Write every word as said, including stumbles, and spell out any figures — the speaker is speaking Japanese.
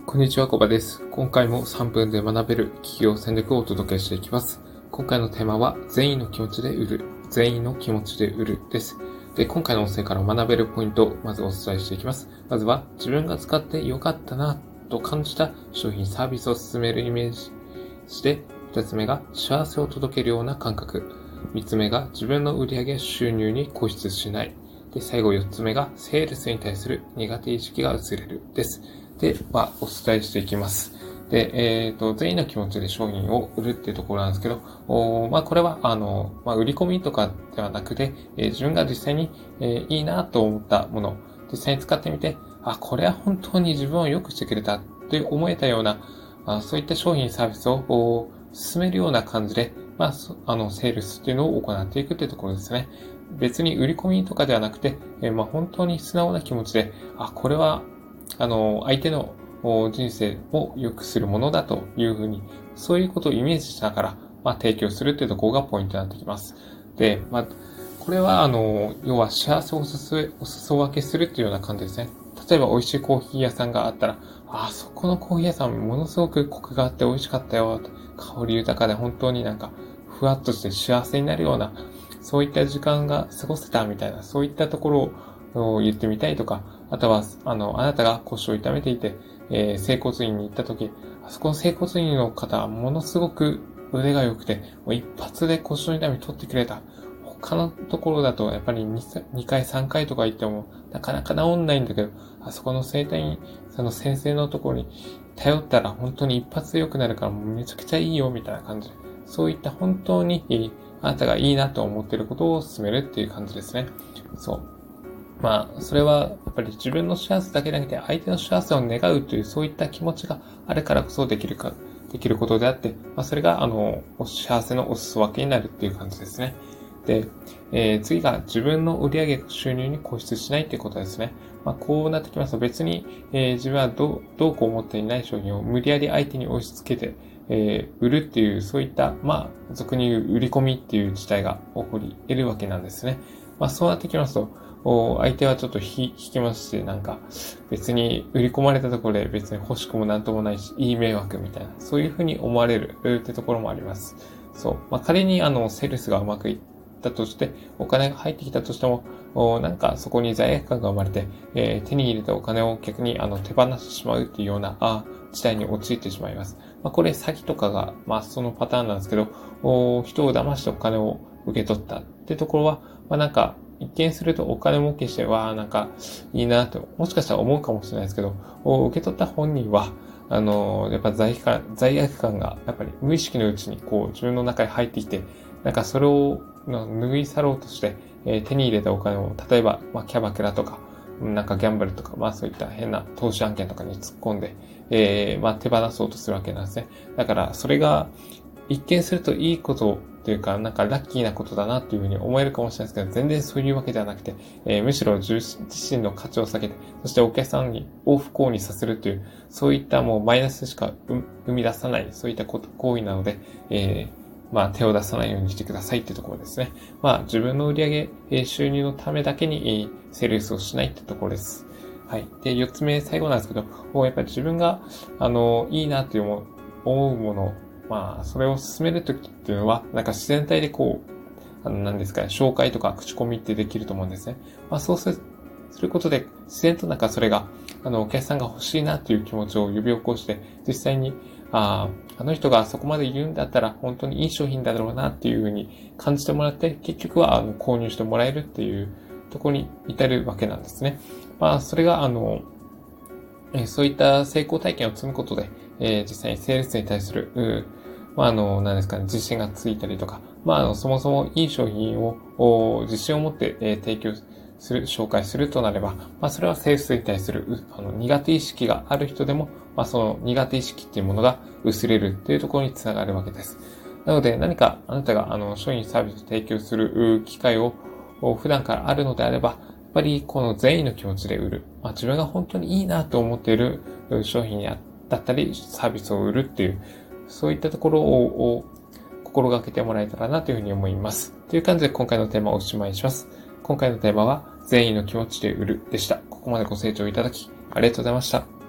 こんにちは、コバです。今回もさんぷんで学べる企業戦略をお届けしていきます。今回のテーマは、善意の気持ちで売る。善意の気持ちで売るです。で、今回の音声から学べるポイントをまずお伝えしていきます。まずは、自分が使って良かったなと感じた商品サービスを進めるイメージして、二つ目が幸せを届けるような感覚。三つ目が自分の売上収入に固執しない。で、最後四つ目がセールスに対する苦手意識が薄れるです。で、は、お伝えしていきます。で、えっ、ー、と、善意の気持ちで商品を売るっていうところなんですけど、おまあ、これは、あの、まあ、売り込みとかではなくて、えー、自分が実際に、えー、いいなと思ったもの、実際に使ってみて、あ、これは本当に自分を良くしてくれたって思えたような、あそういった商品サービスを進めるような感じで、まあ、あの、セールスっていうのを行っていくっていうところですね。別に売り込みとかではなくて、えー、まあ、本当に素直な気持ちで、あ、これは、あの、相手の人生を良くするものだというふうに、そういうことをイメージしながら、まあ、提供するというところがポイントになってきます。で、まあ、これは、あの、要は幸せをお裾お裾分けするというような感じですね。例えば、美味しいコーヒー屋さんがあったら、あ、そこのコーヒー屋さんものすごくコクがあって美味しかったよ。香り豊かで本当になんか、ふわっとして幸せになるような、そういった時間が過ごせたみたいな、そういったところを、言ってみたいとか、あとは、あの、あなたが腰を痛めていて、えー、整骨院に行った時、あそこの整骨院の方はものすごく腕が良くて、もう一発で腰の痛み取ってくれた。他のところだと、やっぱり 2, にかい、さんかいとか行っても、なかなか治んないんだけど、あそこの整体院、その先生のところに頼ったら本当に一発で良くなるからもうめちゃくちゃいいよ、みたいな感じで。そういった本当に、あなたがいいなと思っていることを進めるっていう感じですね。そう。まあ、それは、やっぱり自分の幸せだけじゃなくて、相手の幸せを願うという、そういった気持ちがあるからこそできるか、できることであって、まあ、それが、あの、幸せのお裾分けになるっていう感じですね。で、えー、次が自分の売上収入に固執しないっていうことですね。まあ、こうなってきますと、別に、えー、自分はどう、どうこう思っていない商品を無理やり相手に押し付けて、えー、売るっていう、そういった、まあ、俗に言う売り込みっていう事態が起こり得るわけなんですね。まあ、そうなってきますと、相手はちょっと引きまして、なんか、別に売り込まれたところで別に欲しくもなんともないし、いい迷惑みたいな、そういうふうに思われるってところもあります。そう。まあ、仮にあの、セールスがうまくいったとして、お金が入ってきたとしても、なんかそこに罪悪感が生まれて、えー、手に入れたお金を逆にあの、手放してしまうっていうような、あ事態に陥ってしまいます。まあ、これ詐欺とかが、まあ、そのパターンなんですけど、人を騙してお金を受け取ったってところは、まあ、なんか、一見するとお金儲けして、わあ、なんか、いいなと、もしかしたら思うかもしれないですけど、受け取った本人は、あの、やっぱ罪悪感、罪悪感が、やっぱり無意識のうちに、こう、自分の中に入ってきて、なんかそれを、拭い去ろうとして、えー、手に入れたお金を、例えば、まあ、キャバクラとか、なんかギャンブルとか、まあそういった変な投資案件とかに突っ込んで、えー、まあ手放そうとするわけなんですね。だから、それが、一見するといいことというか、なんかラッキーなことだなっていうふうに思えるかもしれないですけど、全然そういうわけではなくて、えー、むしろ自身の価値を下げて、そしてお客さんにを不幸にさせるという、そういったもうマイナスしか生み出さない、そういった行為なので、えーまあ手を出さないようにしてくださいってところですね。まあ自分の売上収入のためだけにセールスをしないってところです。はい。で、四つ目、最後なんですけど、やっぱり自分が、あの、いいなって思うもの、まあ、それを進めるときっていうのは、なんか自然体でこう、あの、何ですかね、紹介とか口コミってできると思うんですね。まあそうする、することで、自然となんかそれが、あの、お客さんが欲しいなっていう気持ちを呼び起こして、実際に、ああ、あの人がそこまで言うんだったら本当にいい商品だろうなっていうふうに感じてもらって、結局はあの購入してもらえるっていうところに至るわけなんですね。まあ、それがあの、えそういった成功体験を積むことで、えー、実際にセールスに対する、まあ、あの、何ですかね、自信がついたりとか、まあ、あの、そもそもいい商品を、自信を持って、えー、提供する、紹介するとなれば、まあ、それはセールスに対する、あの、苦手意識がある人でも、まあ、その苦手意識っていうものが薄れるっていうところにつながるわけです。なので、何かあなたが、あの、商品サービスを提供する機会を普段からあるのであれば、やっぱりこの善意の気持ちで売る。まあ、自分が本当にいいなと思っている商品だったり、サービスを売るっていう、そういったところを心がけてもらえたらなというふうに思います。という感じで今回のテーマをおしまいにします。今回のテーマは善意の気持ちで売るでした。ここまでご清聴いただきありがとうございました。